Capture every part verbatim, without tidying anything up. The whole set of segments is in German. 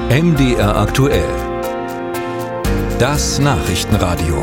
M D R aktuell. Das Nachrichtenradio.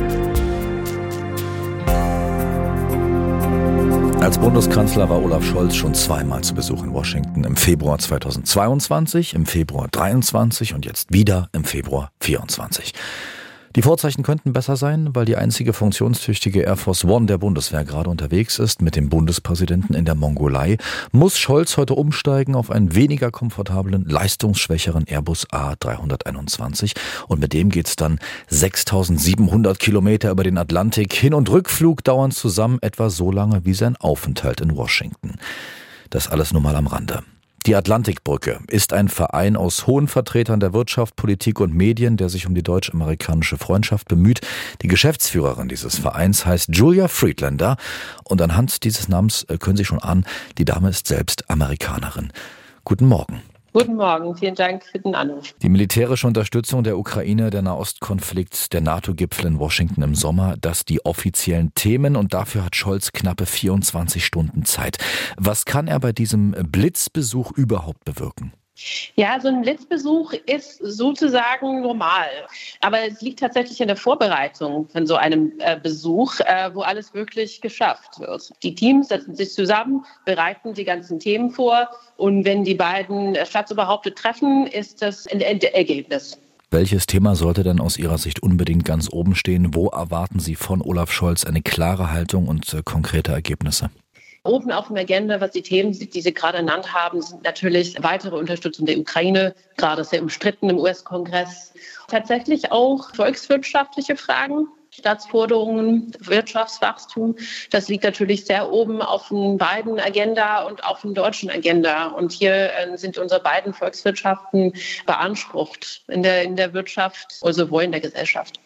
Als Bundeskanzler war Olaf Scholz schon zweimal zu Besuch in Washington. Im Februar zweitausendzweiundzwanzig, im Februar dreiundzwanzig und jetzt wieder im Februar vierundzwanzig. Die Vorzeichen könnten besser sein, weil die einzige funktionstüchtige Air Force One der Bundeswehr gerade unterwegs ist mit dem Bundespräsidenten in der Mongolei, muss Scholz heute umsteigen auf einen weniger komfortablen, leistungsschwächeren Airbus A drei einundzwanzig und mit dem geht's dann sechstausendsiebenhundert Kilometer über den Atlantik. Hin- und Rückflug dauern zusammen etwa so lange wie sein Aufenthalt in Washington. Das alles nur mal am Rande. Die Atlantikbrücke ist ein Verein aus hohen Vertretern der Wirtschaft, Politik und Medien, der sich um die deutsch-amerikanische Freundschaft bemüht. Die Geschäftsführerin dieses Vereins heißt Julia Friedlander und anhand dieses Namens können Sie schon ahnen, die Dame ist selbst Amerikanerin. Guten Morgen. Guten Morgen, vielen Dank für den Anruf. Die militärische Unterstützung der Ukraine, der Nahostkonflikt, der NATO-Gipfel in Washington im Sommer, das die offiziellen Themen und dafür hat Scholz knappe vierundzwanzig Stunden Zeit. Was kann er bei diesem Blitzbesuch überhaupt bewirken? Ja, so ein Blitzbesuch ist sozusagen normal. Aber es liegt tatsächlich in der Vorbereitung von so einem äh, Besuch, äh, wo alles wirklich geschafft wird. Die Teams setzen sich zusammen, bereiten die ganzen Themen vor. Und wenn die beiden Staatsoberhäupter treffen, ist das ein Ergebnis. Welches Thema sollte denn aus Ihrer Sicht unbedingt ganz oben stehen? Wo erwarten Sie von Olaf Scholz eine klare Haltung und äh, konkrete Ergebnisse? Oben auf der Agenda, was die Themen, die Sie gerade genannt haben, sind natürlich weitere Unterstützung der Ukraine, gerade sehr umstritten im U S-Kongress. Tatsächlich auch volkswirtschaftliche Fragen, Staatsforderungen, Wirtschaftswachstum. Das liegt natürlich sehr oben auf den beiden Agenda und auf der deutschen Agenda. Und hier sind unsere beiden Volkswirtschaften beansprucht in der, in der Wirtschaft, sowohl in der Gesellschaft.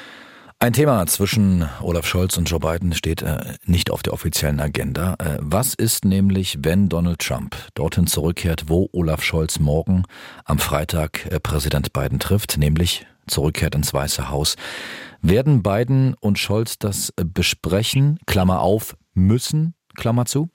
Ein Thema zwischen Olaf Scholz und Joe Biden steht äh, nicht auf der offiziellen Agenda. Äh, was ist nämlich, wenn Donald Trump dorthin zurückkehrt, wo Olaf Scholz morgen am Freitag äh, Präsident Biden trifft, nämlich zurückkehrt ins Weiße Haus? Werden Biden und Scholz das äh, besprechen, Klammer auf, müssen, Klammer zu?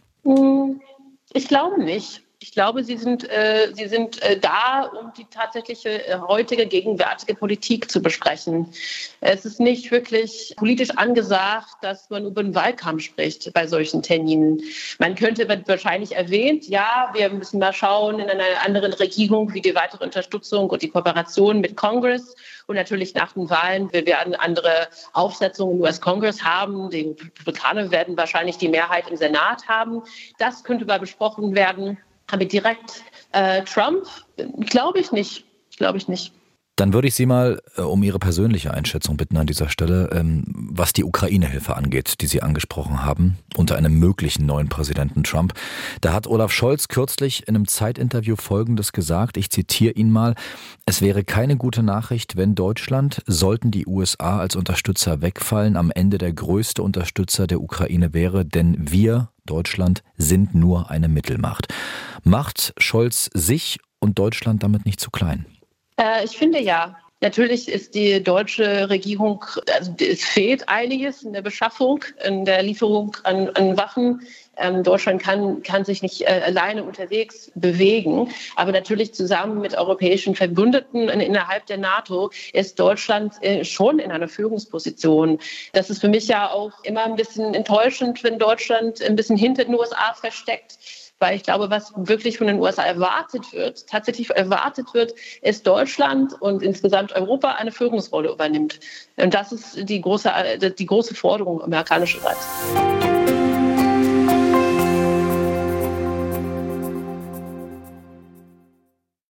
Ich glaube nicht. Ich glaube, sie sind, äh, sie sind äh, da, um die tatsächliche äh, heutige, gegenwärtige Politik zu besprechen. Es ist nicht wirklich politisch angesagt, dass man über den Wahlkampf spricht bei solchen Terminen. Man könnte, wird wahrscheinlich erwähnt, ja, wir müssen mal schauen in einer anderen Regierung, wie die weitere Unterstützung und die Kooperation mit Kongress und natürlich nach den Wahlen, weil wir eine andere Aufsetzung im U S-Kongress haben. Die Republikaner werden wahrscheinlich die Mehrheit im Senat haben. Das könnte mal besprochen werden. Aber direkt äh, Trump, glaube ich nicht. Glaube ich nicht. Dann würde ich Sie mal äh, um Ihre persönliche Einschätzung bitten an dieser Stelle, ähm, was die Ukraine-Hilfe angeht, die Sie angesprochen haben, unter einem möglichen neuen Präsidenten Trump. Da hat Olaf Scholz kürzlich in einem Zeitinterview Folgendes gesagt, ich zitiere ihn mal: Es wäre keine gute Nachricht, wenn Deutschland, sollten die U S A als Unterstützer wegfallen, am Ende der größte Unterstützer der Ukraine wäre, denn wir, Deutschland, sind nur eine Mittelmacht. Macht Scholz sich und Deutschland damit nicht zu klein? Äh, ich finde ja. Natürlich ist die deutsche Regierung, also es fehlt einiges in der Beschaffung, in der Lieferung an, an Waffen. Ähm, Deutschland kann, kann sich nicht äh, alleine unterwegs bewegen. Aber natürlich zusammen mit europäischen Verbündeten innerhalb der NATO ist Deutschland äh, schon in einer Führungsposition. Das ist für mich ja auch immer ein bisschen enttäuschend, wenn Deutschland ein bisschen hinter den U S A versteckt. Weil ich glaube, was wirklich von den U S A erwartet wird, tatsächlich erwartet wird, ist Deutschland und insgesamt Europa eine Führungsrolle übernimmt. Und das ist die große, die große Forderung amerikanischerseits.